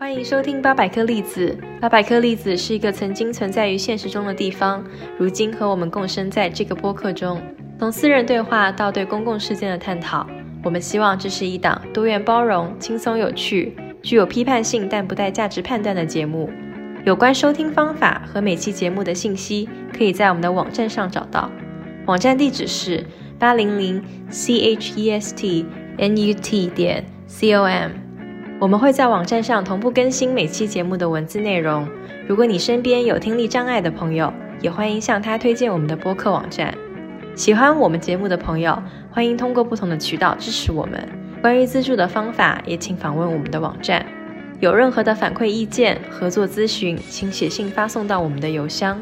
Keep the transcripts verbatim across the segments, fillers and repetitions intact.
欢迎收听八百颗粒子。八百颗粒子是一个曾经存在于现实中的地方，如今和我们共生在这个播客中。从私人对话到对公共事件的探讨，我们希望这是一档多元包容、轻松有趣、具有批判性但不带价值判断的节目。有关收听方法和每期节目的信息，可以在我们的网站上找到。网站地址是八零零 c h e s t n u t 点 com。我们会在网站上同步更新每期节目的文字内容。如果你身边有听力障碍的朋友，也欢迎向他推荐我们的播客网站。喜欢我们节目的朋友，欢迎通过不同的渠道支持我们。关于资助的方法，也请访问我们的网站。有任何的反馈意见、合作咨询，请写信发送到我们的邮箱。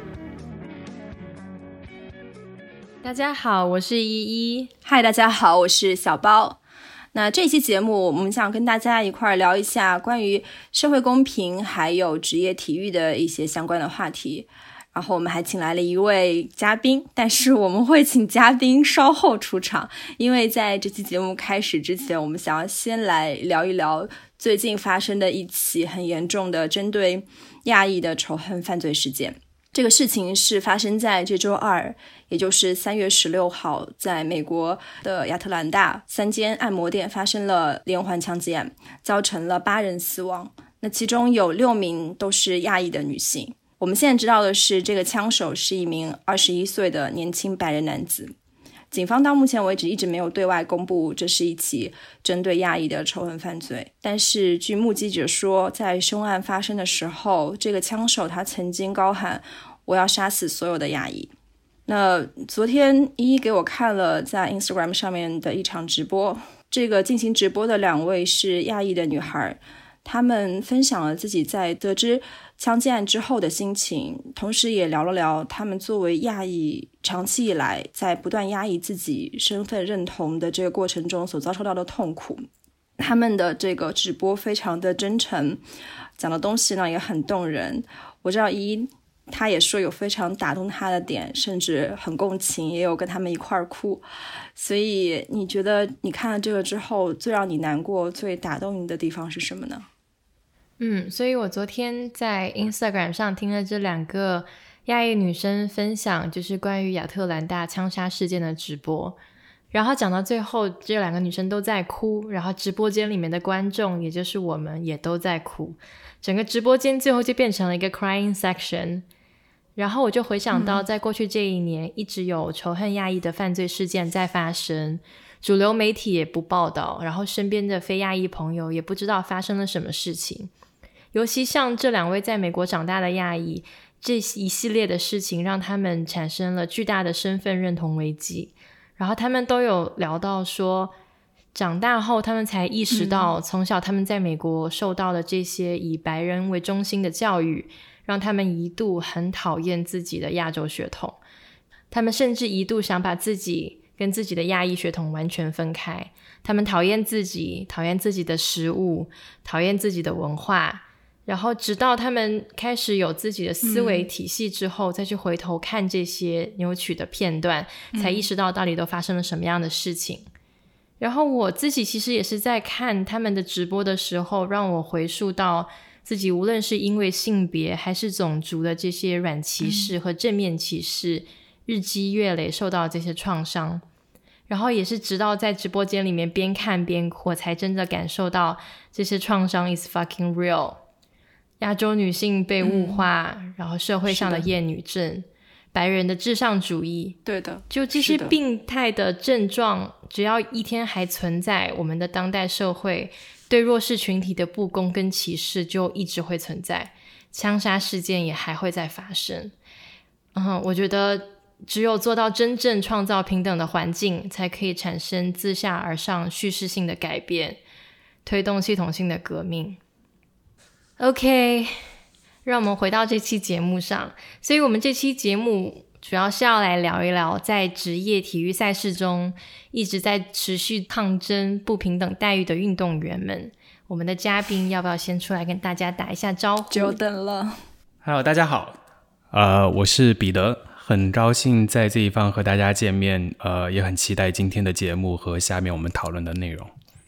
大家好，我是依依。 嗨，大家好，我是小包。那这期节目我们想跟大家一块儿聊一下关于社会公平还有职业体育的一些相关的话题，然后我们还请来了一位嘉宾，但是我们会请嘉宾稍后出场，因为在这期节目开始之前，我们想要先来聊一聊最近发生的一起很严重的针对亚裔的仇恨犯罪事件。这个事情是发生在这周二，也就是三月十六号，在美国的亚特兰大三间按摩店发生了连环枪击案，造成了八人死亡，那其中有六名都是亚裔的女性。我们现在知道的是，这个枪手是一名二十一岁的年轻白人男子。警方到目前为止一直没有对外公布这是一起针对亚裔的仇恨犯罪，但是据目击者说，在凶案发生的时候，这个枪手他曾经高喊我要杀死所有的亚裔。那昨天依依给我看了在 Instagram 上面的一场直播，这个进行直播的两位是亚裔的女孩，她们分享了自己在得知枪击案之后的心情，同时也聊了聊他们作为亚裔长期以来在不断压抑自己身份认同的这个过程中所遭受到的痛苦。他们的这个直播非常的真诚，讲的东西呢也很动人。我知道依依他也说有非常打动他的点，甚至很共情，也有跟他们一块儿哭。所以你觉得你看了这个之后，最让你难过、最打动你的地方是什么呢？ 嗯，所以我昨天在 Instagram 上听了这两个亚裔女生分享，就是关于亚特兰大枪杀事件的直播。然后讲到最后，这两个女生都在哭，然后直播间里面的观众，也就是我们也都在哭。整个直播间最后就变成了一个 crying section。然后我就回想到，在过去这一年，嗯、一直有仇恨亚裔的犯罪事件在发生，主流媒体也不报道，然后身边的非亚裔朋友也不知道发生了什么事情。尤其像这两位在美国长大的亚裔，这一系列的事情让他们产生了巨大的身份认同危机。然后他们都有聊到说，长大后他们才意识到，从小他们在美国受到的这些以白人为中心的教育，让他们一度很讨厌自己的亚洲血统。他们甚至一度想把自己跟自己的亚裔血统完全分开。他们讨厌自己，讨厌自己的食物，讨厌自己的文化。然后直到他们开始有自己的思维体系之后、嗯、再去回头看这些扭曲的片段、嗯、才意识到到底都发生了什么样的事情。然后我自己其实也是在看他们的直播的时候，让我回溯到自己无论是因为性别还是种族的这些软歧视和正面歧视、嗯、日积月累受到这些创伤。然后也是直到在直播间里面边看边哭，我才真的感受到这些创伤 is fucking real。亚洲女性被物化、嗯、然后社会上的厌女症，白人的至上主义， 对的， 就这些病态的症状，只要一天还存在，我们的当代社会对弱势群体的不公跟歧视就一直会存在，枪杀事件也还会再发生。嗯，我觉得只有做到真正创造平等的环境，才可以产生自下而上叙事性的改变，推动系统性的革命。OK， 让我们回到这期节目上。所以我们这期节目主要是要来聊一聊在职业体育赛事中一直在持续抗争不平等待遇的运动员们。我们的嘉宾要不要先出来跟大家打一下招呼？ 久等了。 Hello， 大家好，呃，我是彼得，很高兴在这一方和大家见面，呃，也很期待今天的节目和下面我们讨论的内容。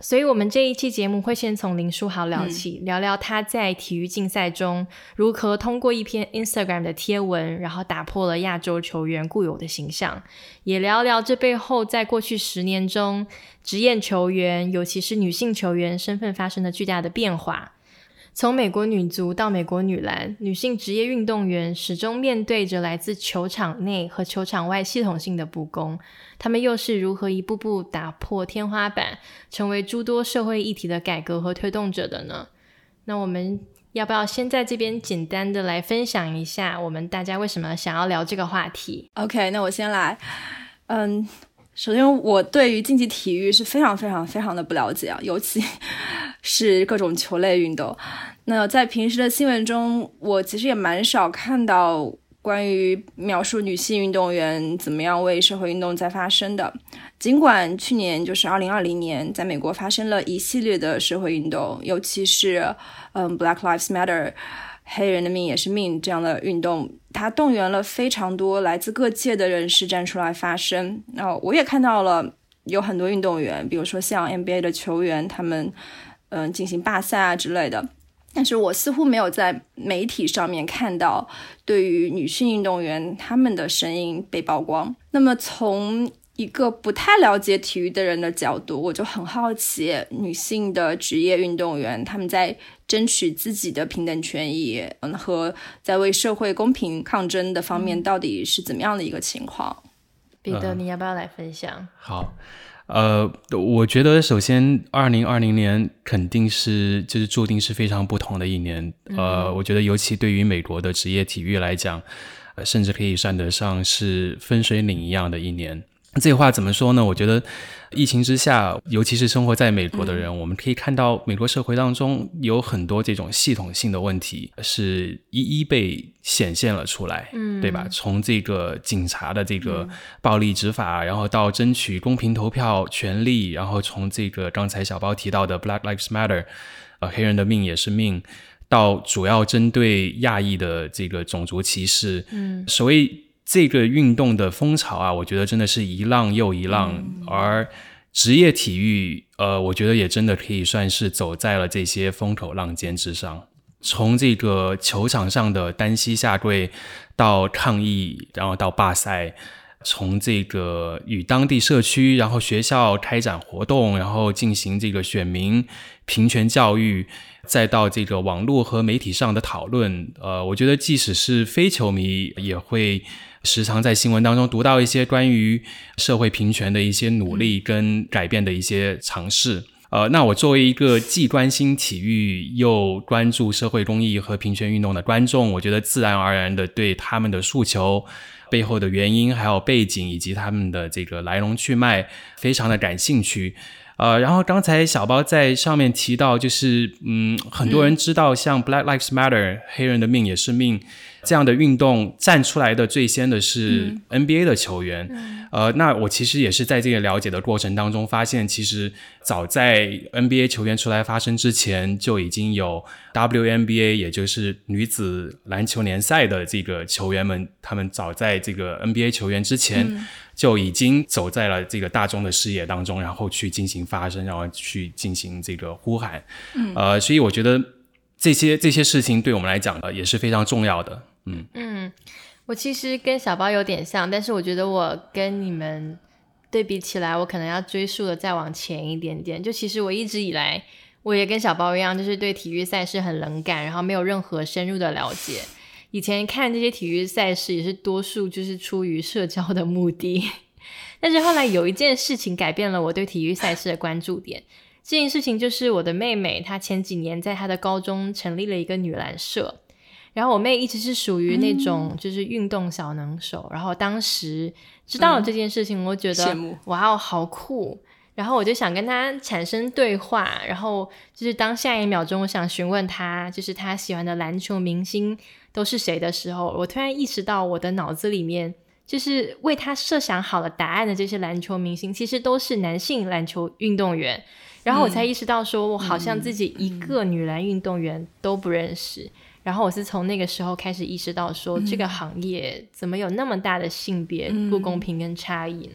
所以我们这一期节目会先从林书豪聊起、嗯、聊聊他在体育竞赛中如何通过一篇 Instagram 的贴文，然后打破了亚洲球员固有的形象，也聊聊这背后在过去十年中职业球员尤其是女性球员身份发生了巨大的变化。从美国女足到美国女篮，女性职业运动员始终面对着来自球场内和球场外系统性的不公，她们又是如何一步步打破天花板，成为诸多社会议题的改革和推动者的呢？那我们要不要先在这边简单的来分享一下我们大家为什么想要聊这个话题？ OK， 那我先来。嗯，首先我对于竞技体育是非常非常非常的不了解啊，尤其是各种球类运动。那在平时的新闻中，我其实也蛮少看到关于描述女性运动员怎么样为社会运动在发声的。尽管去年就是二零二零年在美国发生了一系列的社会运动，尤其是嗯 Black Lives Matter 黑人的命也是命这样的运动，它动员了非常多来自各界的人士站出来发声。然后我也看到了有很多运动员，比如说像 N B A 的球员，他们嗯进行罢赛啊之类的，但是我似乎没有在媒体上面看到对于女性运动员她们的声音被曝光。那么从一个不太了解体育的人的角度，我就很好奇女性的职业运动员她们在争取自己的平等权益嗯，和在为社会公平抗争的方面到底是怎么样的一个情况。 彼得、嗯、你要不要来分享？ 好，呃，我觉得首先二零二零年肯定是就是注定是非常不同的一年、嗯、呃，我觉得尤其对于美国的职业体育来讲、呃、甚至可以算得上是分水岭一样的一年。这话怎么说呢？我觉得疫情之下，尤其是生活在美国的人、嗯、我们可以看到美国社会当中有很多这种系统性的问题是一一被显现了出来、嗯、对吧？从这个警察的这个暴力执法、嗯、然后到争取公平投票权利，然后从这个刚才小包提到的 Black Lives Matter、呃、黑人的命也是命，到主要针对亚裔的这个种族歧视，嗯，所谓这个运动的风潮啊，我觉得真的是一浪又一浪、嗯、而职业体育呃，我觉得也真的可以算是走在了这些风口浪尖之上。从这个球场上的单膝下跪到抗议，然后到罢赛，从这个与当地社区然后学校开展活动，然后进行这个选民平权教育，再到这个网络和媒体上的讨论，呃，我觉得即使是非球迷也会时常在新闻当中读到一些关于社会平权的一些努力跟改变的一些尝试。呃，那我作为一个既关心体育又关注社会公益和平权运动的观众，我觉得自然而然的对他们的诉求背后的原因还有背景以及他们的这个来龙去脉非常的感兴趣。呃，然后刚才小包在上面提到，就是嗯，很多人知道像 Black Lives Matter、嗯、黑人的命也是命这样的运动站出来的最先的是 N B A 的球员、嗯、呃，那我其实也是在这个了解的过程当中发现，其实早在 N B A 球员出来发声之前，就已经有 W N B A 也就是女子篮球联赛的这个球员们，他们早在这个 N B A 球员之前、嗯就已经走在了这个大众的视野当中，然后去进行发声，然后去进行这个呼喊。嗯，呃，所以我觉得这些这些事情对我们来讲、呃、也是非常重要的。嗯嗯，我其实跟小包有点像，但是我觉得我跟你们对比起来，我可能要追溯的再往前一点点。就其实我一直以来，我也跟小包一样，就是对体育赛事很冷感，然后没有任何深入的了解。以前看这些体育赛事也是多数就是出于社交的目的，但是后来有一件事情改变了我对体育赛事的关注点。这件事情就是我的妹妹，她前几年在她的高中成立了一个女篮社，然后我妹一直是属于那种就是运动小能手、嗯、然后当时知道了这件事情、嗯、我觉得哇哦好酷，然后我就想跟她产生对话，然后就是当下一秒钟我想询问她就是她喜欢的篮球明星都是谁的时候，我突然意识到我的脑子里面就是为他设想好了答案的这些篮球明星其实都是男性篮球运动员，然后我才意识到说我好像自己一个女篮运动员都不认识、嗯、然后我是从那个时候开始意识到说、嗯、这个行业怎么有那么大的性别不公平跟差异呢？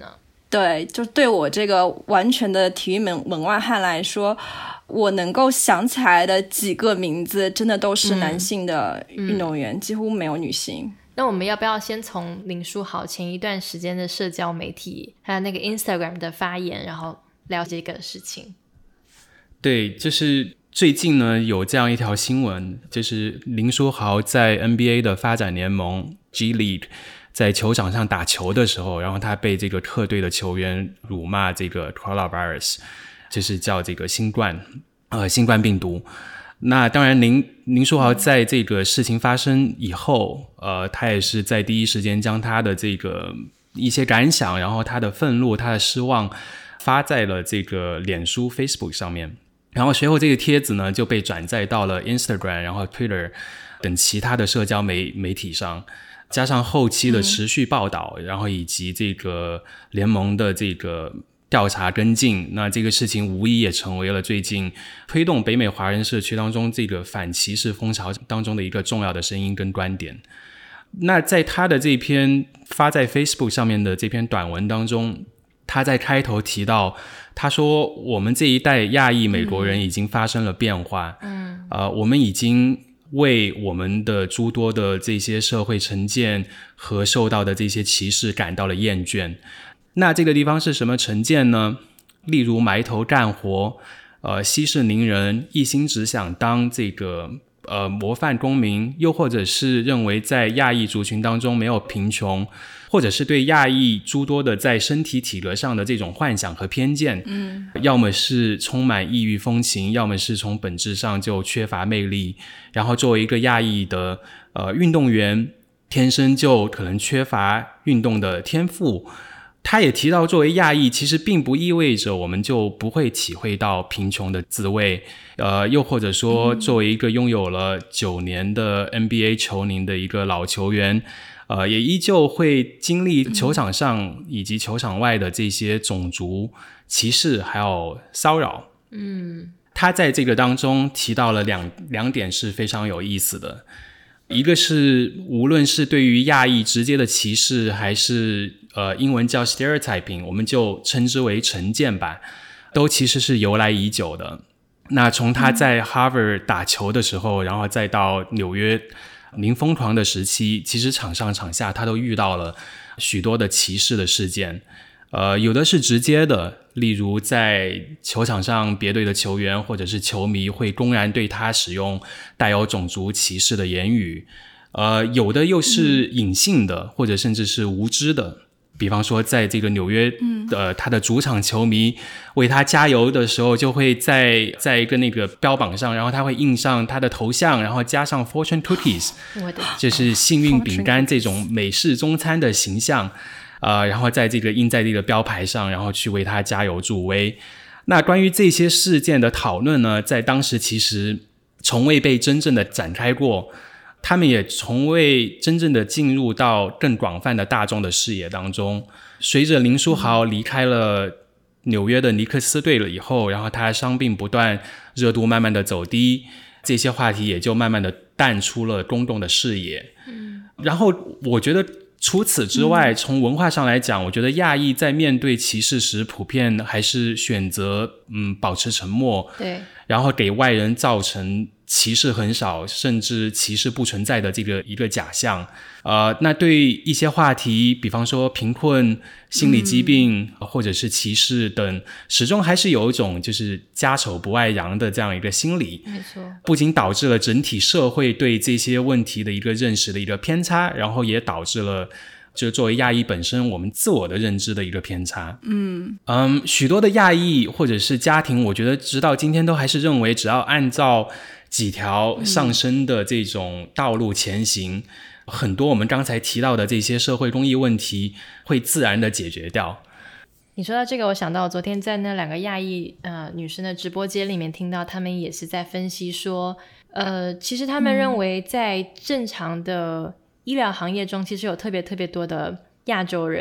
对，就对我这个完全的体育门门外汉来说，我能够想起来的几个名字真的都是男性的运动员，嗯、几乎没有女性。 那我们要不要先从林书豪前一段时间的社交媒体还有那个 Instagram 的发言，然后聊这个事情？ 对，就是最近呢有这样一条新闻，就是林书豪在 N B A 的发展联盟 G League 在球场上打球的时候，然后他被这个客队的球员辱骂这个 coronavirus， 就是叫这个新冠呃新冠病毒。那当然林林书豪在这个事情发生以后，呃他也是在第一时间将他的这个一些感想，然后他的愤怒他的失望发在了这个脸书 Facebook 上面，然后随后这个帖子呢就被转载到了 Instagram 然后 Twitter 等其他的社交媒媒体上，加上后期的持续报道、嗯、然后以及这个联盟的这个调查跟进，那这个事情无疑也成为了最近推动北美华人社区当中这个反歧视风潮当中的一个重要的声音跟观点。那在他的这篇发在 Facebook 上面的这篇短文当中，他在开头提到，他说我们这一代亚裔美国人已经发生了变化，嗯，呃，我们已经为我们的诸多的这些社会成见和受到的这些歧视感到了厌倦。那这个地方是什么成见呢？例如埋头干活，呃，息事宁人，一心只想当这个呃模范公民，又或者是认为在亚裔族群当中没有贫穷，或者是对亚裔诸多的在身体体格上的这种幻想和偏见，嗯，要么是充满异域风情，要么是从本质上就缺乏魅力，然后作为一个亚裔的呃运动员，天生就可能缺乏运动的天赋。他也提到，作为亚裔其实并不意味着我们就不会体会到贫穷的滋味，呃，又或者说作为一个拥有了九年的 N B A 球龄的一个老球员，呃，也依旧会经历球场上以及球场外的这些种族歧视还有骚扰。嗯，他在这个当中提到了两两点是非常有意思的，一个是无论是对于亚裔直接的歧视，还是呃英文叫 stereotyping， 我们就称之为成见吧，都其实是由来已久的。那从他在 Harvard 打球的时候，然后再到纽约零疯狂的时期，其实场上场下他都遇到了许多的歧视的事件，呃，有的是直接的，例如在球场上别队的球员或者是球迷会公然对他使用带有种族歧视的言语，呃，有的又是隐性的，或者甚至是无知的。比方说在这个纽约的、呃、他的主场球迷为他加油的时候，就会在在一个那个标榜上，然后他会印上他的头像，然后加上 fortune cookies， 就是幸运饼干这种美式中餐的形象，呃，然后在这个印在这个标牌上，然后去为他加油助威。那关于这些事件的讨论呢，在当时其实从未被真正的展开过，他们也从未真正的进入到更广泛的大众的视野当中。随着林书豪离开了纽约的尼克斯队了以后，然后他伤病不断，热度慢慢的走低，这些话题也就慢慢的淡出了公众的视野。嗯，然后我觉得除此之外，从文化上来讲，我觉得亚裔在面对歧视时普遍还是选择嗯保持沉默，对，然后给外人造成歧视很少甚至歧视不存在的这个一个假象。呃，那对一些话题，比方说贫困、心理疾病、嗯、或者是歧视等，始终还是有一种就是家丑不外扬的这样一个心理，没错，不仅导致了整体社会对这些问题的一个认识的一个偏差，然后也导致了就作为亚裔本身我们自我的认知的一个偏差。嗯嗯，许多的亚裔或者是家庭，我觉得直到今天都还是认为只要按照几条上升的这种道路前行、嗯、很多我们刚才提到的这些社会公益问题会自然的解决掉。 你说到这个，我想到我昨天在那两个亚裔呃女生的直播间里面听到他们也是在分析说，呃，其实他们认为在正常的医疗行业中其实有特别特别多的亚洲人，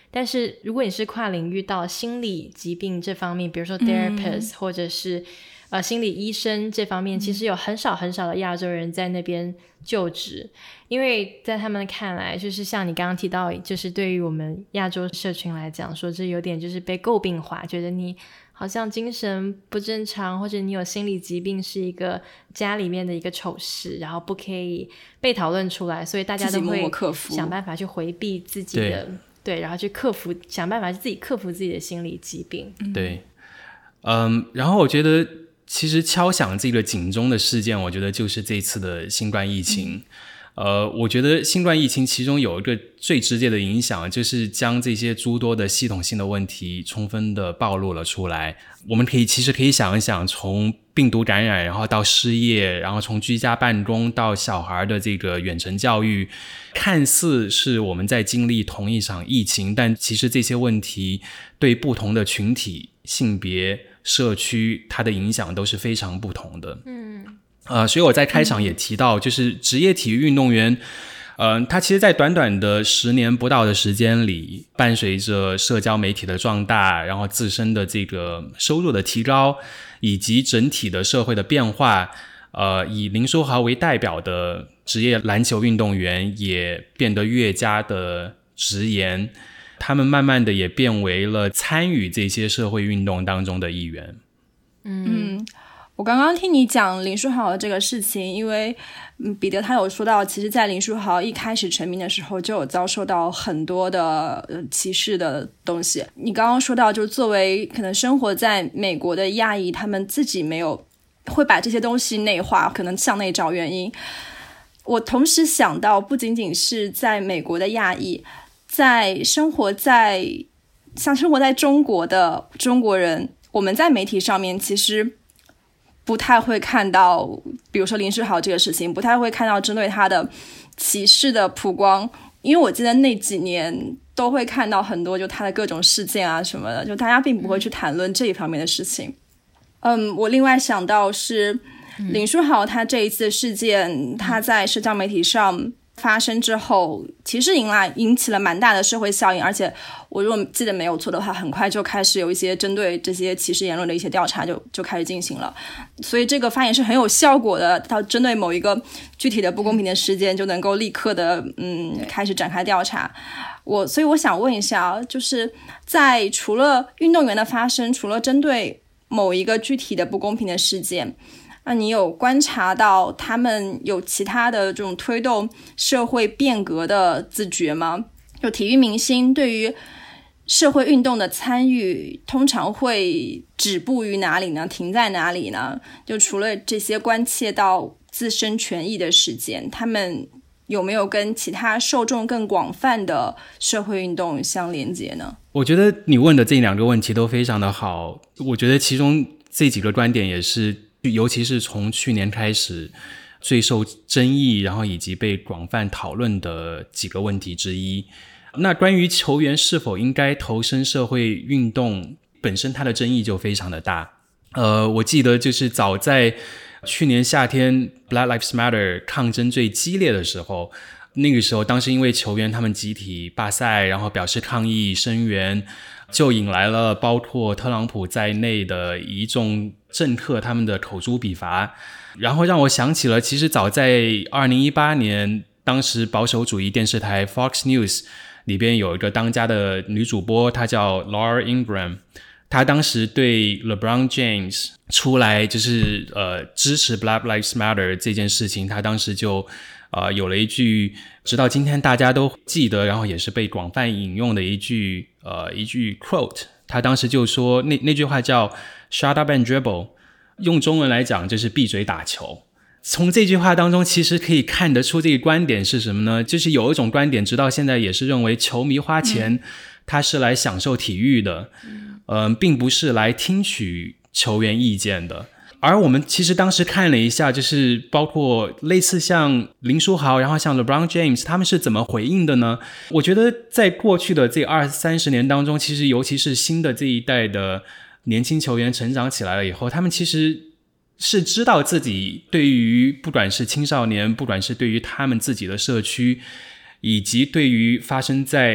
但是如果你是跨领域到心理疾病这方面，比如说 therapist、嗯、或者是呃心理医生这方面，其实有很少很少的亚洲人在那边就职，因为在他们看来，就是像你刚刚提到，就是对于我们亚洲社群来讲说，这有点就是被诟病化，觉得你好像精神不正常，或者你有心理疾病是一个家里面的一个丑事，然后不可以被讨论出来，所以大家都会想办法去回避自己的 对, 对，然后去克服，想办法自己克服自己的心理疾病。 对，嗯，然后我觉得其实敲响这个警钟的事件，我觉得就是这次的新冠疫情。嗯、呃，我觉得新冠疫情其中有一个最直接的影响，就是将这些诸多的系统性的问题充分的暴露了出来。我们可以其实可以想一想，从病毒感染，然后到失业，然后从居家办公到小孩的这个远程教育，看似是我们在经历同一场疫情，但其实这些问题对不同的群体、性别、社区，它的影响都是非常不同的。嗯，呃，所以我在开场也提到，就是职业体育运动员，呃，他其实在短短的十年不到的时间里，伴随着社交媒体的壮大，然后自身的这个收入的提高，以及整体的社会的变化，呃，以林书豪为代表的职业篮球运动员也变得越加的直言，他们慢慢的也变为了参与这些社会运动当中的一员。 嗯，我刚刚听你讲林书豪的这个事情，因为嗯，彼得他有说到，其实在林书豪一开始成名的时候就有遭受到很多的、呃、歧视的东西。你刚刚说到，就是作为可能生活在美国的亚裔，他们自己没有会把这些东西内化，可能向内找原因。我同时想到，不仅仅是在美国的亚裔，在生活在像生活在中国的中国人，我们在媒体上面其实不太会看到，比如说林书豪这个事情，不太会看到针对他的歧视的曝光，因为我记得那几年都会看到很多就他的各种事件啊什么的，就大家并不会去谈论这一方面的事情。嗯，我另外想到是林书豪他这一次事件，他在社交媒体上发生之后，其实引来引起了蛮大的社会效应，而且我如果记得没有错的话，很快就开始有一些针对这些歧视言论的一些调查就就开始进行了，所以这个发言是很有效果的，它针对某一个具体的不公平的事件就能够立刻的嗯开始展开调查。我所以我想问一下，就是在除了运动员的发生，除了针对某一个具体的不公平的事件，那你有观察到他们有其他的这种推动社会变革的自觉吗？就体育明星对于社会运动的参与通常会止步于哪里呢？停在哪里呢？就除了这些关切到自身权益的事件，他们有没有跟其他受众更广泛的社会运动相连接呢？ 我觉得你问的这两个问题都非常的好，我觉得其中这几个观点也是，尤其是从去年开始最受争议，然后以及被广泛讨论的几个问题之一。那关于球员是否应该投身社会运动本身，它的争议就非常的大。呃，我记得就是早在去年夏天 Black Lives Matter 抗争最激烈的时候，那个时候当时因为球员他们集体罢赛，然后表示抗议声援，就引来了包括特朗普在内的一众政客他们的口诛笔伐，然后让我想起了其实早在二零一八年，当时保守主义电视台 Fox News 里边有一个当家的女主播，她叫 Laura Ingraham， 她当时对 LeBron James 出来就是呃支持 Black Lives Matter 这件事情，她当时就呃有了一句直到今天大家都记得，然后也是被广泛引用的一句呃一句 quote， 她当时就说那那句话叫 Shut up and dribble， 用中文来讲就是闭嘴打球。从这句话当中其实可以看得出这个观点是什么呢？就是有一种观点直到现在也是认为球迷花钱、嗯、他是来享受体育的，嗯、呃，并不是来听取球员意见的。而我们其实当时看了一下，就是包括类似像林书豪，然后像 LeBron James 他们是怎么回应的呢？我觉得在过去的这二三十年当中，其实尤其是新的这一代的年轻球员成长起来了以后，他们其实是知道自己对于不管是青少年，不管是对于他们自己的社区，以及对于发生在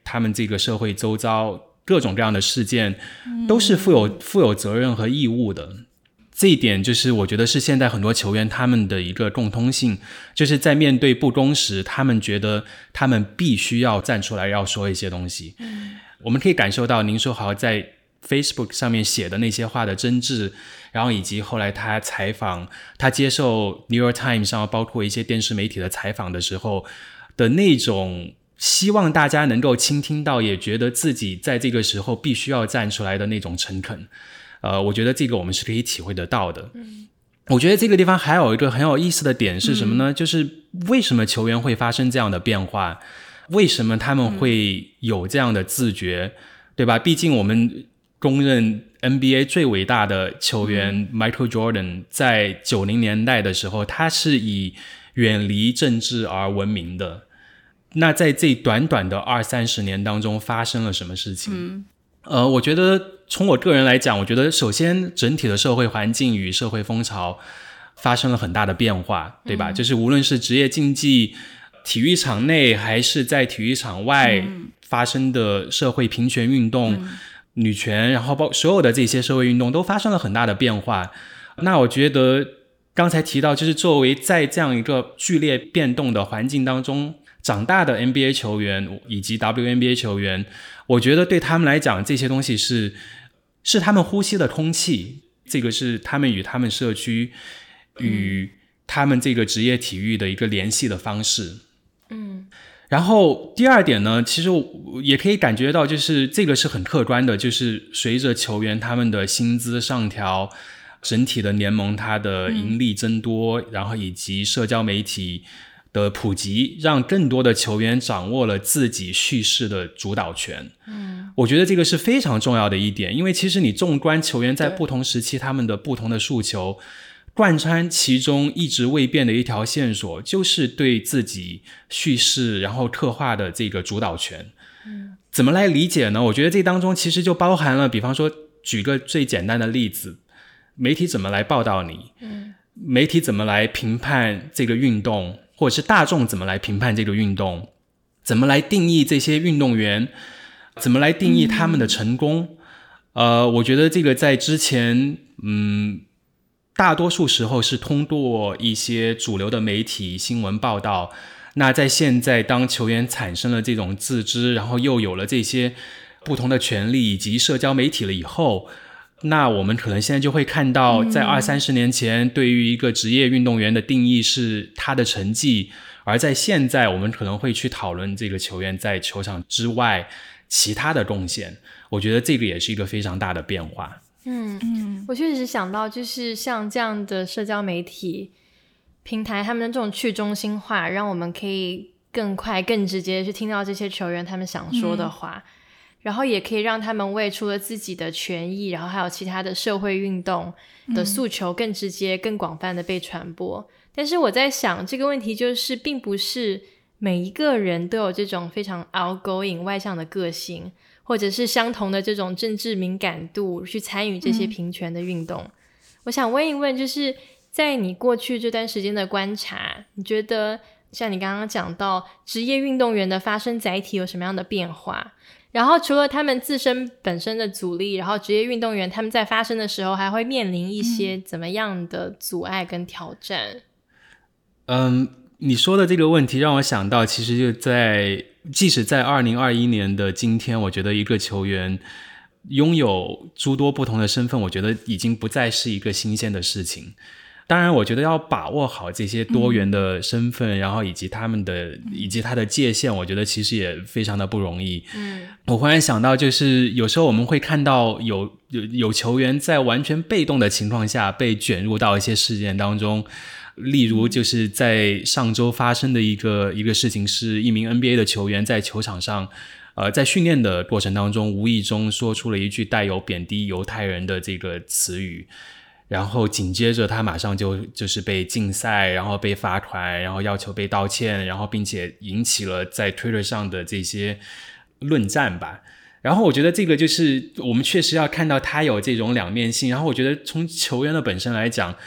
他们这个社会周遭各种各样的事件都是负有负有责任和义务的。这一点就是我觉得是现在很多球员他们的一个共通性，就是在面对不公时，他们觉得他们必须要站出来要说一些东西。嗯，我们可以感受到林书豪在 Facebook 上面写的那些话的真挚，然后以及后来他采访，他接受 New York Times 上包括一些电视媒体的采访的时候的那种希望大家能够倾听到，也觉得自己在这个时候必须要站出来的那种诚恳。呃，我觉得这个我们是可以体会得到的。嗯，我觉得这个地方还有一个很有意思的点是什么呢？嗯，就是为什么球员会发生这样的变化？为什么他们会有这样的自觉？嗯，对吧？毕竟我们公认 N B A 最伟大的球员 Michael Jordan 在九零年代的时候，他是以远离政治而闻名的。那在这短短的二三十年当中发生了什么事情？嗯，呃，我觉得从我个人来讲，我觉得首先整体的社会环境与社会风潮发生了很大的变化，对吧？嗯，就是无论是职业竞技、体育场内还是在体育场外发生的社会平权运动、嗯、女权，然后包所有的这些社会运动都发生了很大的变化。那我觉得刚才提到，就是作为在这样一个剧烈变动的环境当中长大的 N B A 球员以及 W N B A 球员，我觉得对他们来讲，这些东西是是他们呼吸的空气，这个是他们与他们社区与他们这个职业体育的一个联系的方式。嗯，然后第二点呢，其实也可以感觉到，就是这个是很客观的，就是随着球员他们的薪资上调，整体的联盟它的盈利增多，嗯，然后以及社交媒体的普及，让更多的球员掌握了自己叙事的主导权。嗯，我觉得这个是非常重要的一点，因为其实你纵观球员在不同时期他们的不同的诉求，贯穿其中一直未变的一条线索，就是对自己叙事然后刻画的这个主导权。嗯，怎么来理解呢？我觉得这当中其实就包含了，比方说举个最简单的例子，媒体怎么来报道你，嗯，媒体怎么来评判这个运动，或者是大众怎么来评判这个运动，怎么来定义这些运动员，怎么来定义他们的成功。嗯，呃，我觉得这个在之前嗯，大多数时候是通过一些主流的媒体新闻报道，那在现在当球员产生了这种自知，然后又有了这些不同的权利以及社交媒体了以后，那我们可能现在就会看到，在二三十年前对于一个职业运动员的定义是他的成绩，而在现在我们可能会去讨论这个球员在球场之外其他的贡献。我觉得这个也是一个非常大的变化。 嗯嗯，我确实想到，就是像这样的社交媒体平台，他们的这种去中心化，让我们可以更快更直接去听到这些球员他们想说的话，嗯，然后也可以让他们为除了自己的权益，然后还有其他的社会运动的诉求更直接更广泛的被传播。嗯，但是我在想这个问题就是并不是每一个人都有这种非常 outgoing 外向的个性，或者是相同的这种政治敏感度去参与这些平权的运动。嗯，我想问一问，就是在你过去这段时间的观察，你觉得像你刚刚讲到职业运动员的发声载体有什么样的变化？然后除了他们自身本身的阻力，然后职业运动员他们在发声的时候还会面临一些怎么样的阻碍跟挑战？ 嗯，你说的这个问题让我想到，其实就在即使在二零二一年的今天，我觉得一个球员拥有诸多不同的身份，我觉得已经不再是一个新鲜的事情。当然我觉得要把握好这些多元的身份，嗯，然后以及他们的以及他的界限，我觉得其实也非常的不容易。嗯，我忽然想到，就是有时候我们会看到有有有球员在完全被动的情况下被卷入到一些事件当中，例如就是在上周发生的一个一个事情，是一名 N B A 的球员在球场上呃，在训练的过程当中无意中说出了一句带有贬低犹太人的这个词语，然后紧接着他马上就就是被禁赛，然后被罚款，然后要求被道歉，然后并且引起了在 Twitter 上的这些论战吧。然后我觉得这个就是我们确实要看到他有这种两面性，然后我觉得从球员的本身来讲，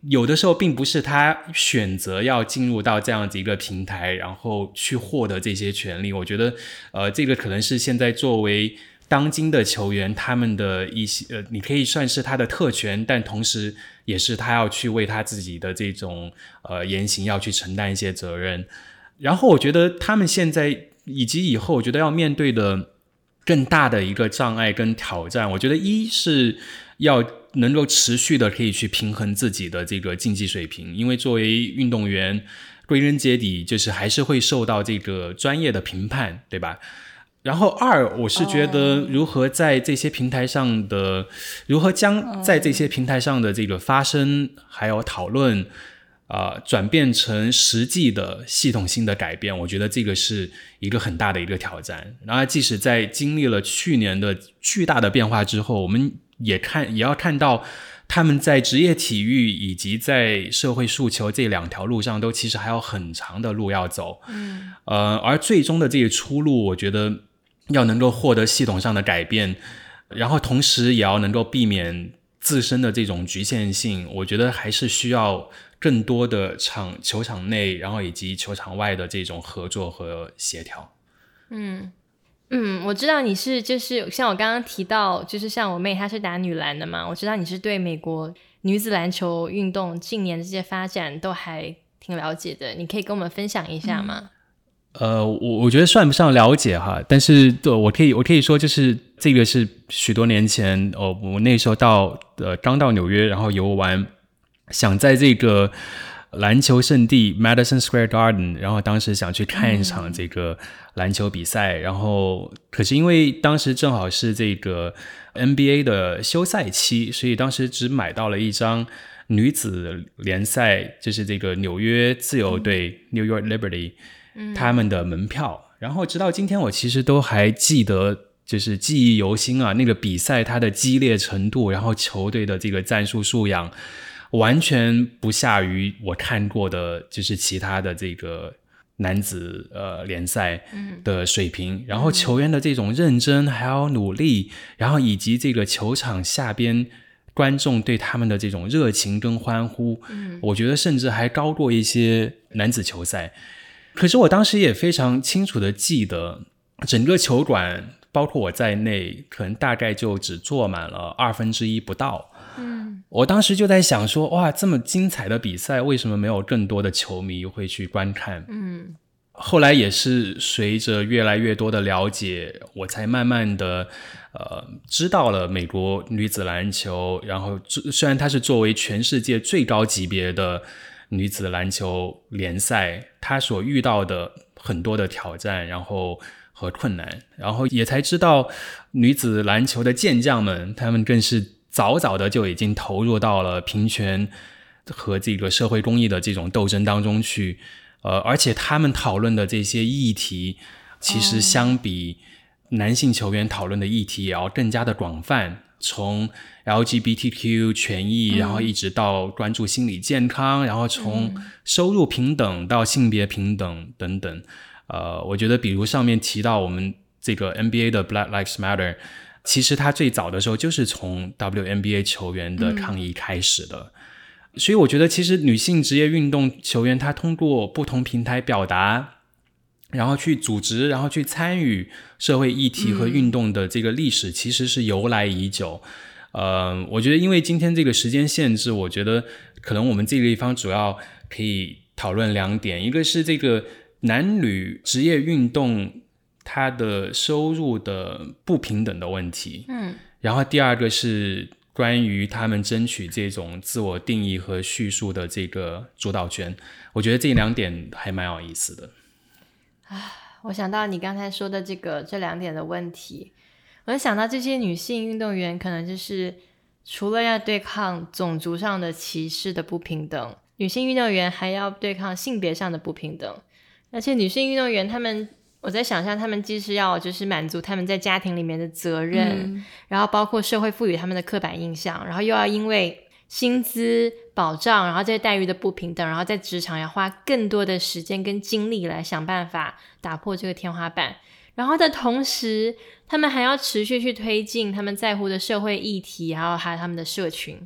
有的时候并不是他选择要进入到这样子一个平台，然后去获得这些权利。我觉得，呃，这个可能是现在作为当今的球员他们的一些，呃，你可以算是他的特权，但同时也是他要去为他自己的这种呃言行要去承担一些责任。然后我觉得他们现在以及以后，我觉得要面对的更大的一个障碍跟挑战，我觉得一是要能够持续的可以去平衡自己的这个竞技水平，因为作为运动员归根结底就是还是会受到这个专业的评判，对吧？然后二，我是觉得如何在这些平台上的、oh. 如何将在这些平台上的这个发声还有讨论呃，转变成实际的系统性的改变，我觉得这个是一个很大的一个挑战。然后即使在经历了去年的巨大的变化之后，我们也看也要看到他们在职业体育以及在社会诉求这两条路上都其实还有很长的路要走。嗯，呃，而最终的这个出路，我觉得要能够获得系统上的改变，然后同时也要能够避免自身的这种局限性，我觉得还是需要更多的场球场内，然后以及球场外的这种合作和协调。 嗯嗯，我知道你是就是像我刚刚提到，就是像我妹她是打女篮的嘛，我知道你是对美国女子篮球运动近年的这些发展都还挺了解的，你可以跟我们分享一下吗？嗯呃，我我觉得算不上了解哈，但是对我可以我可以说，就是这个是许多年前，哦，我那时候到呃刚到纽约，然后游玩，想在这个篮球圣地 Madison Square Garden， 然后当时想去看一场这个篮球比赛，嗯、然后可是因为当时正好是这个 N B A 的休赛期，所以当时只买到了一张女子联赛，就是这个纽约自由队、嗯、New York Liberty。他们的门票，然后直到今天我其实都还记得，就是记忆犹新啊，那个比赛它的激烈程度，然后球队的这个战术素养完全不下于我看过的就是其他的这个男子呃联赛的水平、嗯、然后球员的这种认真还有努力，然后以及这个球场下边观众对他们的这种热情跟欢呼、嗯、我觉得甚至还高过一些男子球赛。可是我当时也非常清楚的记得，整个球馆包括我在内，可能大概就只坐满了二分之一不到。嗯，我当时就在想说，哇，这么精彩的比赛，为什么没有更多的球迷会去观看？嗯，后来也是随着越来越多的了解，我才慢慢的呃知道了美国女子篮球，然后虽然它是作为全世界最高级别的女子篮球联赛，她所遇到的很多的挑战，然后和困难，然后也才知道女子篮球的健将们，他们更是早早的就已经投入到了平权和这个社会公益的这种斗争当中去，呃，而且他们讨论的这些议题，其实相比男性球员讨论的议题也要更加的广泛。从 L G B T Q 权益、嗯、然后一直到关注心理健康，然后从收入平等到性别平等等等、嗯、呃，我觉得比如上面提到我们这个 N B A 的 Black Lives Matter， 其实它最早的时候就是从 W N B A 球员的抗议开始的、嗯、所以我觉得其实女性职业运动球员她通过不同平台表达，然后去组织，然后去参与社会议题和运动的这个历史其实是由来已久。呃，我觉得因为今天这个时间限制，我觉得可能我们这个地方主要可以讨论两点，一个是这个男女职业运动它的收入的不平等的问题，嗯，然后第二个是关于他们争取这种自我定义和叙述的这个主导权，我觉得这两点还蛮有意思的。 我想到你刚才说的这个这两点的问题，我就想到这些女性运动员可能就是除了要对抗种族上的歧视的不平等，女性运动员还要对抗性别上的不平等，而且女性运动员她们，我在想象她们既是要就是满足她们在家庭里面的责任、嗯、然后包括社会赋予她们的刻板印象，然后又要因为薪资保障，然后这些待遇的不平等，然后在职场要花更多的时间跟精力来想办法打破这个天花板，然后的同时他们还要持续去推进他们在乎的社会议题，还有还有他们的社群，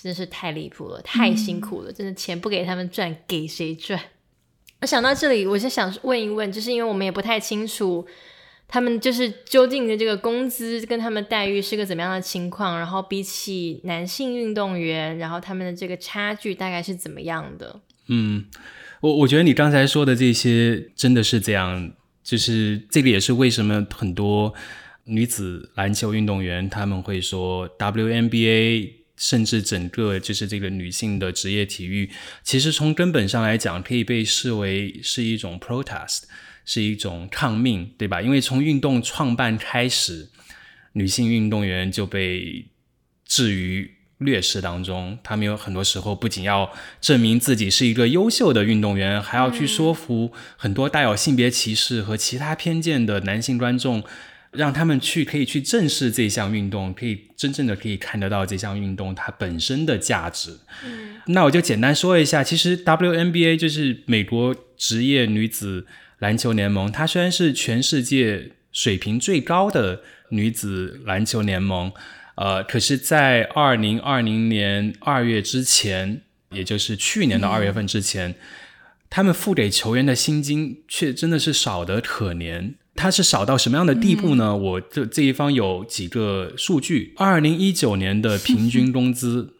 真的是太离谱了，太辛苦了、嗯、真的钱不给他们赚给谁赚。我想到这里我就想问一问，就是因为我们也不太清楚他们就是究竟的这个工资跟他们待遇是个怎么样的情况，然后比起男性运动员，然后他们的这个差距大概是怎么样的。 嗯，我我觉得你刚才说的这些真的是这样，就是这个也是为什么很多女子篮球运动员他们会说 W N B A 甚至整个就是这个女性的职业体育，其实从根本上来讲可以被视为是一种 protest， 是一种抗命，对吧？因为从运动创办开始，女性运动员就被置于劣势当中，他们有很多时候不仅要证明自己是一个优秀的运动员，还要去说服很多带有性别歧视和其他偏见的男性观众，让他们去可以去正视这项运动，可以真正的可以看得到这项运动它本身的价值。嗯，那我就简单说一下，其实 W N B A 就是美国职业女子篮球联盟，它虽然是全世界水平最高的女子篮球联盟，呃，可是在二零二零年二月之前，也就是去年的二月份之前、嗯、他们付给球员的薪金却真的是少得可怜。它是少到什么样的地步呢？嗯、我这这一方有几个数据。二零一九年的平均工资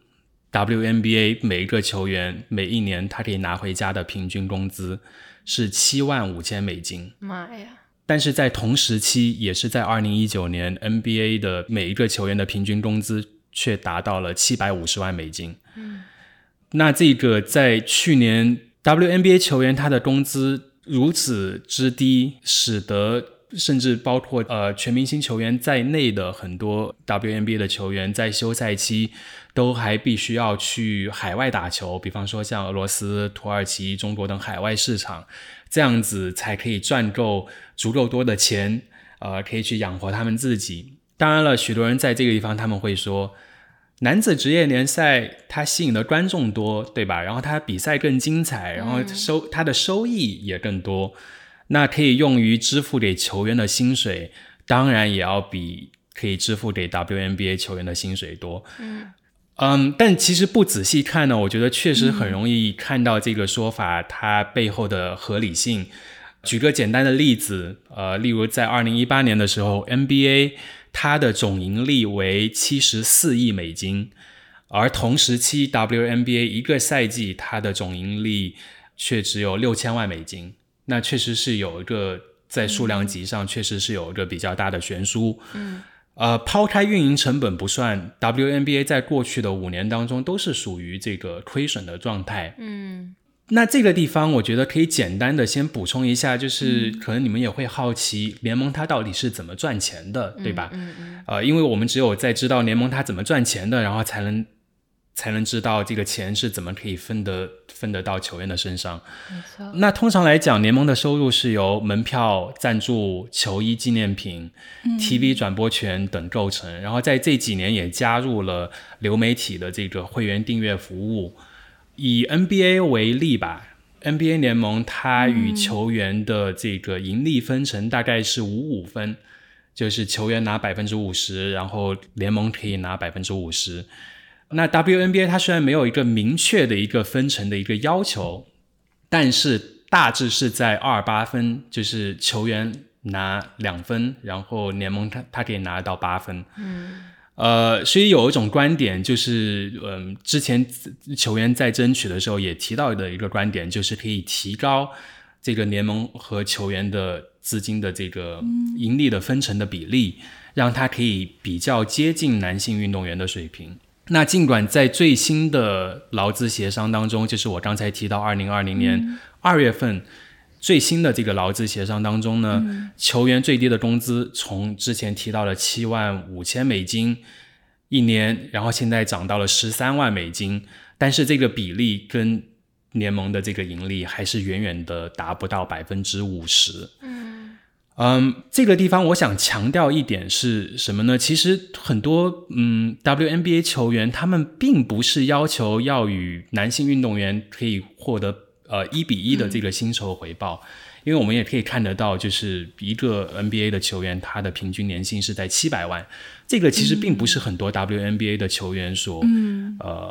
W N B A 每一个球员每一年他可以拿回家的平均工资是七万五千美金。 妈呀！ 但是在同时期，也是在二零一九年 N B A 的每一个球员的平均工资却达到了七百五十万美金。嗯，那这个在去年 W N B A 球员他的工资如此之低，使得甚至包括呃全明星球员在内的很多 W N B A 的球员在休赛期都还必须要去海外打球，比方说像俄罗斯、土耳其、中国等海外市场，这样子才可以赚够足够多的钱，呃，可以去养活他们自己。当然了，许多人在这个地方他们会说，男子职业联赛它吸引的观众多，对吧？然后它比赛更精彩，然后收它的收益也更多，那可以用于支付给球员的薪水，当然也要比可以支付给 W N B A 球员的薪水多。嗯嗯，但其实不仔细看呢，我觉得确实很容易看到这个说法它背后的合理性。举个简单的例子，呃，例如在二零一八年的时候 N B A 它的总盈利为七十四亿美金，而同时期 W N B A 一个赛季它的总盈利却只有六千万美金，那确实是有一个在数量级上确实是有一个比较大的悬殊。嗯，呃，抛开运营成本不算 W N B A 在过去的五年当中都是属于这个亏损的状态。嗯，那这个地方我觉得可以简单的先补充一下，就是可能你们也会好奇联盟它到底是怎么赚钱的，对吧？嗯嗯呃，因为我们只有在知道联盟它怎么赚钱的，然后才能才能知道这个钱是怎么可以分得分得到球员的身上。没错。那通常来讲，联盟的收入是由门票、赞助、球衣纪念品、嗯、T V 转播权等构成，然后在这几年也加入了流媒体的这个会员订阅服务。以 N B A 为例吧， N B A 联盟它与球员的这个盈利分成大概是五五分，就是球员拿 百分之五十， 然后联盟可以拿 百分之五十。那 W N B A 它虽然没有一个明确的一个分成的一个要求，但是大致是在二八分，就是球员拿两分，然后联盟它它可以拿到八分。嗯，呃，所以有一种观点就是，嗯、呃，之前球员在争取的时候也提到的一个观点，就是可以提高这个联盟和球员的资金的这个盈利的分成的比例，让它可以比较接近男性运动员的水平。那尽管在最新的劳资协商当中，就是我刚才提到二零二零年二月份、嗯、最新的这个劳资协商当中呢、嗯、球员最低的工资从之前提到了七万五千美金一年，然后现在涨到了十三万美金，但是这个比例跟联盟的这个盈利还是远远的达不到 百分之五十。嗯嗯，这个地方我想强调一点是什么呢？其实很多嗯 W N B A 球员他们并不是要求要与男性运动员可以获得呃一比一的这个薪酬回报、嗯、因为我们也可以看得到，就是一个 N B A 的球员他的平均年薪是在七百万，这个其实并不是很多 W N B A 的球员所、嗯、呃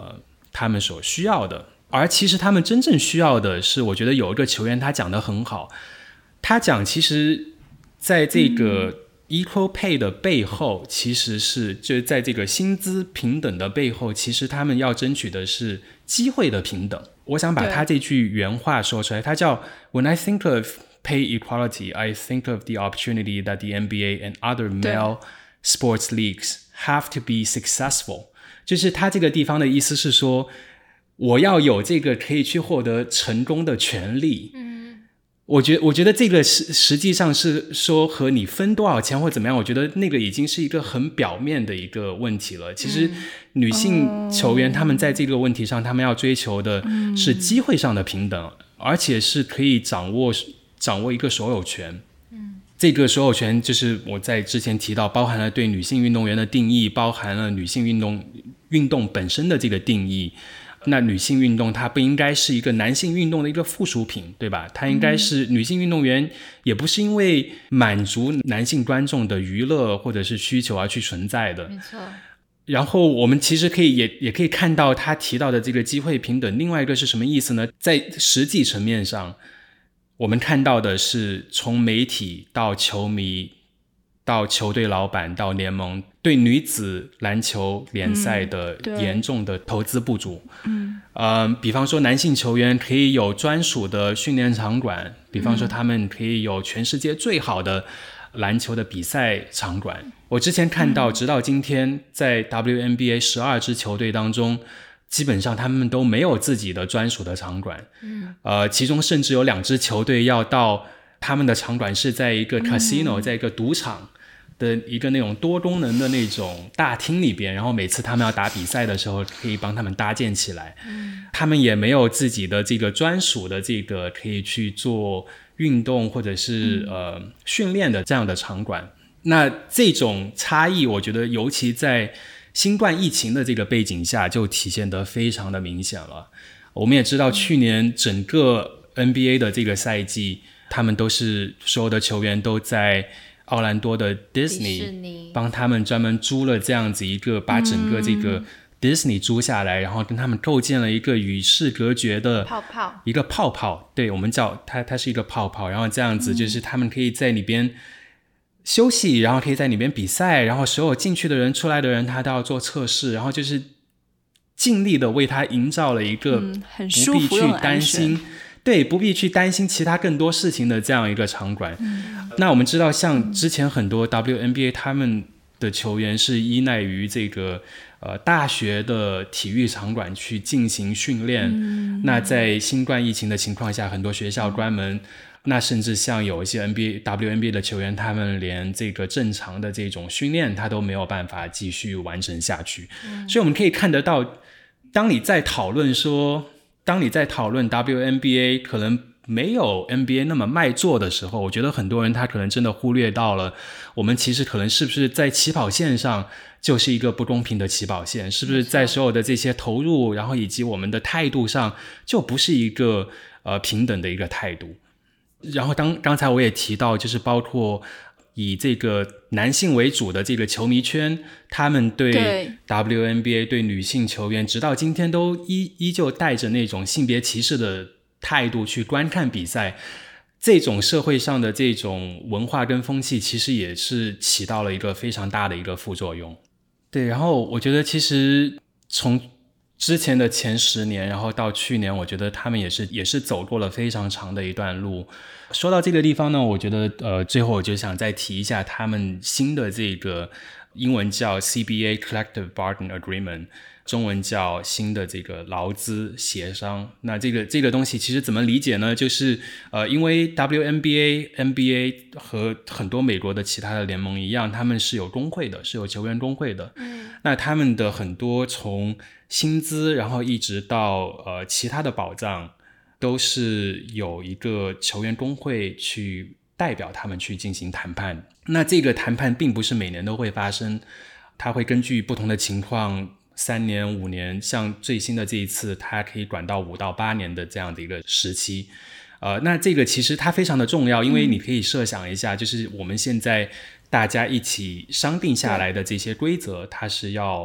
他们所需要的。而其实他们真正需要的是，我觉得有一个球员他讲得很好，他讲其实在这个 equal pay 的背后，其实是就是在这个薪资平等的背后，其实他们要争取的是机会的平等。我想把他这句原话说出来，他叫 When I think of pay equality, I think of the opportunity that the N B A and other male sports leagues have to be successful。 就是他这个地方的意思是说，我要有这个可以去获得成功的权利。嗯，我觉得我觉得这个实实际上是说和你分多少钱或怎么样，我觉得那个已经是一个很表面的一个问题了。其实女性球员他们在这个问题上，他们要追求的是机会上的平等，而且是可以掌握掌握一个所有权。嗯，这个所有权就是我在之前提到，包含了对女性运动员的定义，包含了女性运动运动本身的这个定义。那女性运动它不应该是一个男性运动的一个附属品，对吧？它应该是女性运动员也不是因为满足男性观众的娱乐或者是需求而去存在的。 没错。 然后我们其实可以也也可以看到他提到的这个机会平等，另外一个是什么意思呢？在实际层面上，我们看到的是从媒体到球迷到球队老板到联盟对女子篮球联赛的严重的投资不足。嗯，呃，比方说男性球员可以有专属的训练场馆，比方说他们可以有全世界最好的篮球的比赛场馆。我之前看到直到今天在 W N B A 十二支球队当中，基本上他们都没有自己的专属的场馆。嗯，呃，其中甚至有两支球队要到他们的场馆是在一个 casino、嗯、在一个赌场的一个那种多功能的那种大厅里边，然后每次他们要打比赛的时候可以帮他们搭建起来。嗯，他们也没有自己的这个专属的这个可以去做运动或者是、嗯、呃训练的这样的场馆。那这种差异我觉得尤其在新冠疫情的这个背景下就体现得非常的明显了。我们也知道去年整个 N B A 的这个赛季，他们都是所有的球员都在奥兰多的 Disney 帮他们专门租了这样子一个，把整个这个 Disney 租下来、嗯、然后跟他们构建了一个与世隔绝的泡泡， 一个泡泡，对，我们叫它它是一个泡泡，然后这样子就是他们可以在里边休息，然后可以在里边比赛，然后所有进去的人出来的人他都要做测试，然后就是尽力的为他营造了一个不必去担心、嗯、对，不必去担心其他更多事情的这样一个场馆、嗯、那我们知道像之前很多 W N B A 他们的球员是依赖于这个呃大学的体育场馆去进行训练、嗯、那在新冠疫情的情况下，很多学校关门、嗯，那甚至像有一些 N B A W N B A 的球员，他们连这个正常的这种训练他都没有办法继续完成下去、嗯、所以我们可以看得到，当你在讨论说当你在讨论 W N B A 可能没有 N B A 那么卖座的时候，我觉得很多人他可能真的忽略到了我们其实可能是不是在起跑线上就是一个不公平的起跑线，是不是在所有的这些投入然后以及我们的态度上就不是一个呃平等的一个态度。然后当刚才我也提到，就是包括以这个男性为主的这个球迷圈，他们对 W N B A 对女性球员直到今天都依依旧带着那种性别歧视的态度去观看比赛，这种社会上的这种文化跟风气其实也是起到了一个非常大的一个副作用。对，然后我觉得其实从之前的前十年然后到去年，我觉得他们也是也是走过了非常长的一段路。说到这个地方呢，我觉得呃，最后我就想再提一下他们新的这个英文叫 C B A Collective Bargaining Agreement， 中文叫新的这个劳资协商。那这个这个东西其实怎么理解呢？就是呃，因为 W N B A、N B A 和很多美国的其他的联盟一样，他们是有工会的，是有球员工会的。嗯，那他们的很多从薪资然后一直到呃其他的保障，都是有一个球员工会去代表他们去进行谈判。那这个谈判并不是每年都会发生，它会根据不同的情况，三年五年，像最新的这一次它可以短到五到八年的这样的一个时期。呃，那这个其实它非常的重要，因为你可以设想一下，就是我们现在大家一起商定下来的这些规则，它是要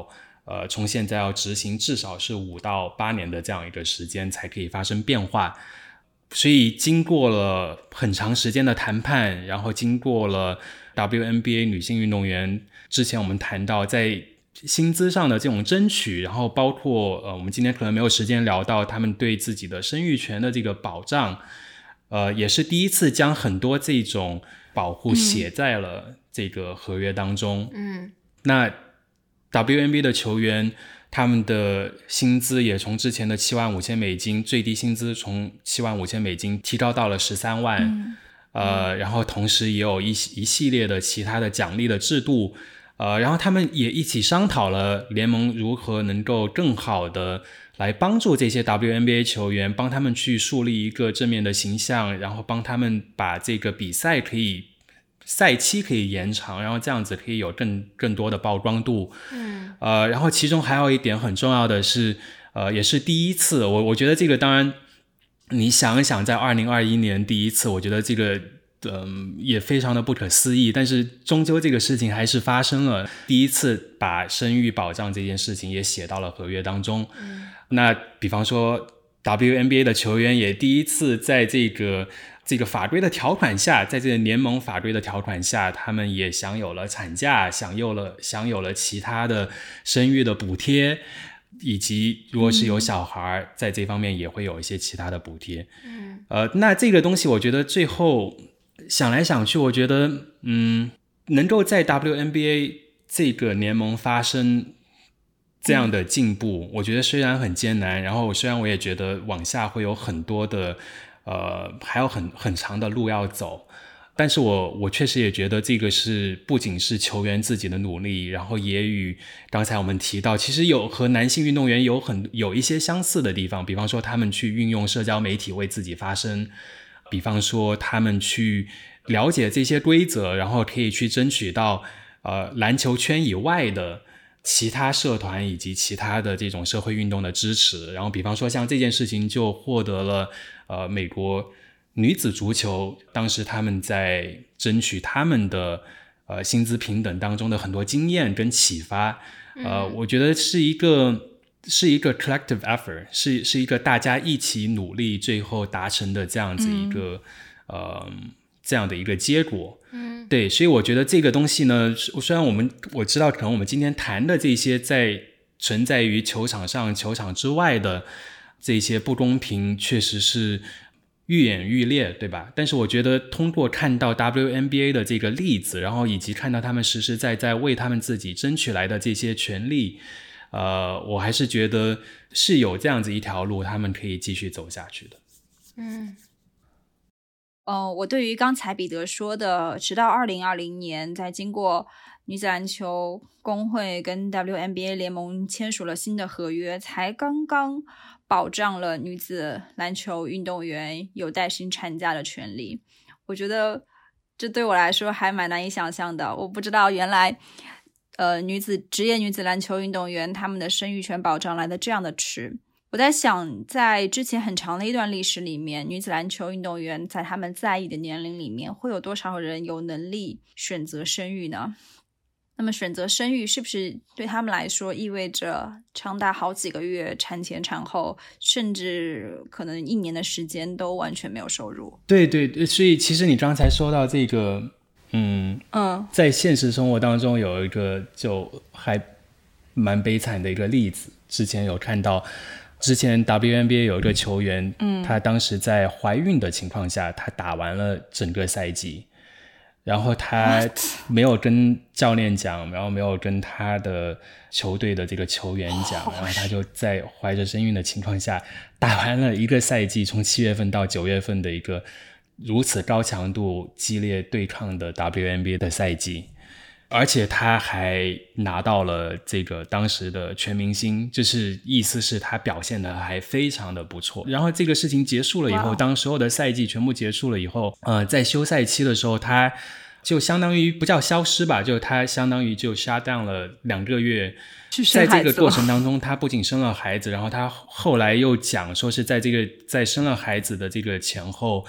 呃，从现在要执行至少是五到八年的这样一个时间才可以发生变化。所以经过了很长时间的谈判，然后经过了 W N B A 女性运动员之前我们谈到在薪资上的这种争取，然后包括呃，我们今天可能没有时间聊到他们对自己的生育权的这个保障，呃，也是第一次将很多这种保护写在了这个合约当中。 嗯， 那 W N B A 的球员他们的薪资也从之前的七万五千美金，最低薪资从七万五千美金提高到了十三万、嗯、呃，然后同时也有一一系列的其他的奖励的制度，呃，然后他们也一起商讨了联盟如何能够更好的来帮助这些 W N B A 球员，帮他们去树立一个正面的形象，然后帮他们把这个比赛可以赛期可以延长，然后这样子可以有更更多的曝光度。 嗯， 呃，然后其中还有一点很重要的是，呃，也是第一次，我我觉得这个当然，你想一想，在二零二一年第一次，我觉得这个嗯、呃、也非常的不可思议，但是终究这个事情还是发生了。第一次把生育保障这件事情也写到了合约当中。 嗯， 那比方说 W N B A 的球员也第一次在这个。这个法规的条款下，在这个联盟法规的条款下，他们也享有了产假，享有了享有了其他的生育的补贴，以及如果是有小孩、嗯、在这方面也会有一些其他的补贴。 嗯， 呃，那这个东西我觉得最后想来想去，我觉得嗯，能够在 W N B A 这个联盟发生这样的进步、嗯、我觉得虽然很艰难，然后虽然我也觉得往下会有很多的呃，还有很很长的路要走，但是我我确实也觉得这个是不仅是球员自己的努力，然后也与刚才我们提到，其实有和男性运动员有很有一些相似的地方，比方说他们去运用社交媒体为自己发声，比方说他们去了解这些规则，然后可以去争取到呃篮球圈以外的其他社团以及其他的这种社会运动的支持，然后比方说像这件事情就获得了呃美国女子足球当时他们在争取他们的呃薪资平等当中的很多经验跟启发，呃、嗯、我觉得是一个是一个 collective effort， 是是一个大家一起努力最后达成的这样子一个、嗯、呃这样的一个结果。 嗯， 对，所以我觉得这个东西呢，虽然我们我知道可能我们今天谈的这些在存在于球场上球场之外的这些不公平确实是愈演愈烈，对吧？但是我觉得通过看到 W N B A 的这个例子，然后以及看到他们实实在在为他们自己争取来的这些权利，呃，我还是觉得是有这样子一条路他们可以继续走下去的。 嗯， 呃，我对于刚才彼得说的，直到二零二零年，在经过女子篮球工会跟 W N B A 联盟签署了新的合约，才刚刚保障了女子篮球运动员有带薪产假的权利。我觉得这对我来说还蛮难以想象的。我不知道原来呃，女子职业女子篮球运动员她们的生育权保障来的这样的迟。我在想，在之前很长的一段历史里面，女子篮球运动员在他们在役的年龄里面，会有多少人有能力选择生育呢？那么选择生育是不是对他们来说意味着长达好几个月产前产后，甚至可能一年的时间都完全没有收入？ 对对，所以其实你刚才说到这个嗯嗯，在现实生活当中有一个就还蛮悲惨的一个例子，之前有看到之前 W N B A 有一个球员，嗯，他当时在怀孕的情况下，他打完了整个赛季，然后他没有跟教练讲，然后没有跟他的球队的这个球员讲，然后他就在怀着身孕的情况下打完了一个赛季，从七月份到九月份的一个如此高强度激烈对抗的 W N B A 的赛季，而且他还拿到了这个当时的全明星，就是意思是他表现的还非常的不错。然后这个事情结束了以后，当所有的赛季全部结束了以后，呃，在休赛期的时候，他就相当于不叫消失吧，就他相当于就 shut down 了两个月。在这个过程当中，他不仅生了孩子，然后他后来又讲说是在这个在生了孩子的这个前后，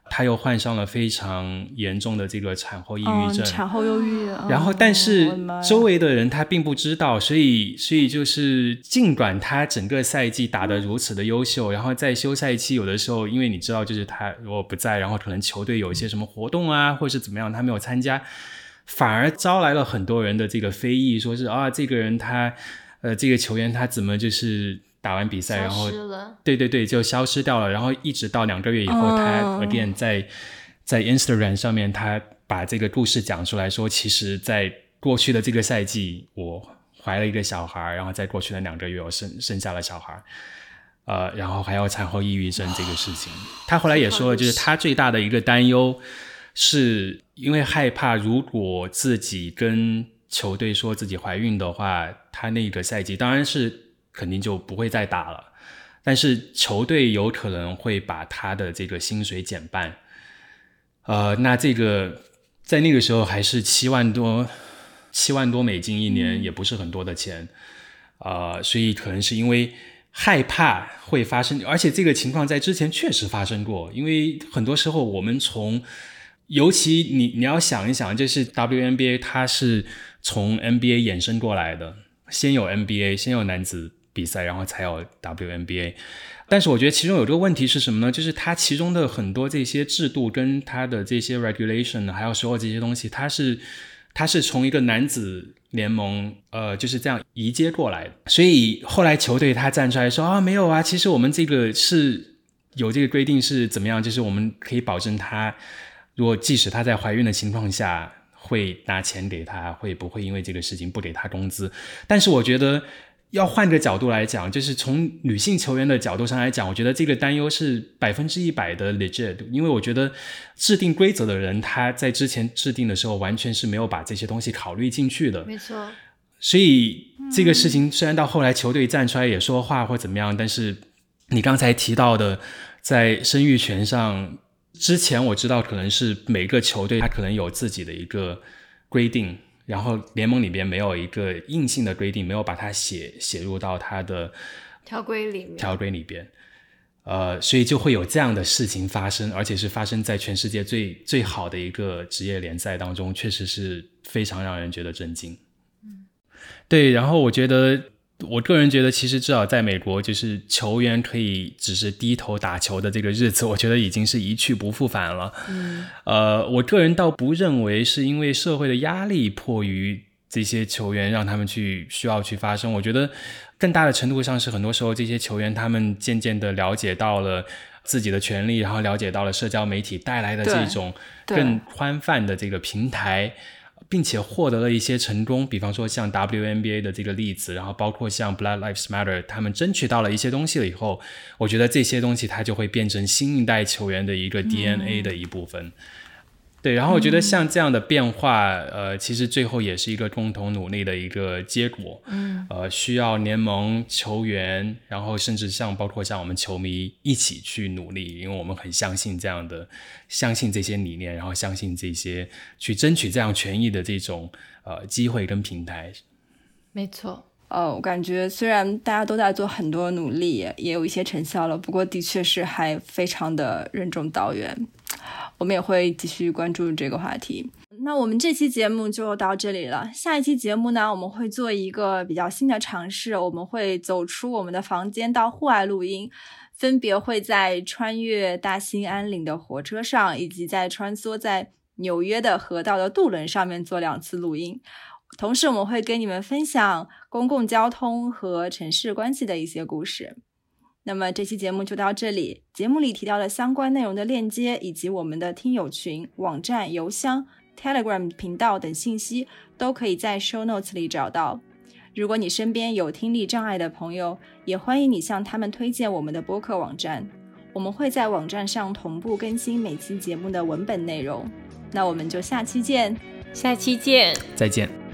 他又患上了非常严重的这个产后抑郁症， 哦、产后忧郁、 嗯、然后但是周围的人他并不知道，所以所以就是尽管他整个赛季打得如此的优秀，然后在休赛期有的时候因为你知道就是他如果不在，然后可能球队有一些什么活动啊或是怎么样他没有参加，反而招来了很多人的这个非议，说是啊这个人他呃这个球员他怎么就是打完比赛然后对对对就消失掉了，然后一直到两个月以后、oh. 他 again 在在 Instagram 上面他把这个故事讲出来，说其实在过去的这个赛季我怀了一个小孩，然后在过去的两个月我生生下了小孩，呃，然后还有产后抑郁症这个事情。他后来也说了，就是他最大的一个担忧是因为害怕如果自己跟球队说自己怀孕的话，他那个赛季当然是肯定就不会再打了，但是球队有可能会把他的这个薪水减半，呃，那这个在那个时候还是七万多七万多美金一年，也不是很多的钱，呃，所以可能是因为害怕会发生，而且这个情况在之前确实发生过，因为很多时候我们从尤其你你要想一想，就是 W N B A 它是从 N B A 衍生过来的，先有 N B A 先有男子比赛，然后才有 W N B A。 但是我觉得其中有一个问题是什么呢，就是它其中的很多这些制度跟它的这些 regulation 还有所有这些东西，它是它是从一个男子联盟呃就是这样移接过来的，所以后来球队他站出来说啊没有啊，其实我们这个是有这个规定是怎么样，就是我们可以保证他如果即使他在怀孕的情况下会拿钱给他，会不会因为这个事情不给他工资。但是我觉得要换个角度来讲，就是从女性球员的角度上来讲，我觉得这个担忧是百分之一百的 legit， 因为我觉得制定规则的人他在之前制定的时候完全是没有把这些东西考虑进去的。 没错， 所以这个事情虽然到后来球队站出来也说话或怎么样，但是你刚才提到的在生育权上，之前我知道可能是每个球队他可能有自己的一个规定，然后联盟里边没有一个硬性的规定，没有把它写写入到它的条规里面条规里边，呃，所以就会有这样的事情发生，而且是发生在全世界最最好的一个职业联赛当中，确实是非常让人觉得震惊。嗯，对，然后我觉得我个人觉得其实至少在美国，就是球员可以只是低头打球的这个日子，我觉得已经是一去不复返了。嗯，呃，我个人倒不认为是因为社会的压力迫于这些球员让他们去需要去发声，我觉得更大的程度上是很多时候这些球员他们渐渐的了解到了自己的权利，然后了解到了社交媒体带来的这种更宽泛的这个平台，并且获得了一些成功，比方说像 W N B A 的这个例子，然后包括像 Black Lives Matter 他们争取到了一些东西了以后，我觉得这些东西它就会变成新一代球员的一个 D N A 的一部分。嗯，对，然后我觉得像这样的变化，呃，其实最后也是一个共同努力的一个结果。嗯，呃，需要联盟、球员，然后甚至像包括像我们球迷一起去努力，因为我们很相信这样的，相信这些理念，然后相信这些去争取这样权益的这种呃机会跟平台。 没错。 呃，我感觉虽然大家都在做很多努力，也有一些成效了，不过的确是还非常的任重道远。我们也会继续关注这个话题。那我们这期节目就到这里了，下一期节目呢，我们会做一个比较新的尝试，我们会走出我们的房间到户外录音，分别会在穿越大兴安岭的火车上，以及在穿梭在纽约的河道的渡轮上面做两次录音。同时我们会跟你们分享公共交通和城市关系的一些故事。那么这期节目就到这里，节目里提到的相关内容的链接以及我们的听友群、网站、邮箱、Telegram 频道等信息都可以在 show notes 里找到。如果你身边有听力障碍的朋友，也欢迎你向他们推荐我们的播客网站，我们会在网站上同步更新每期节目的文本内容。那我们就下期见。 下期见， 再见。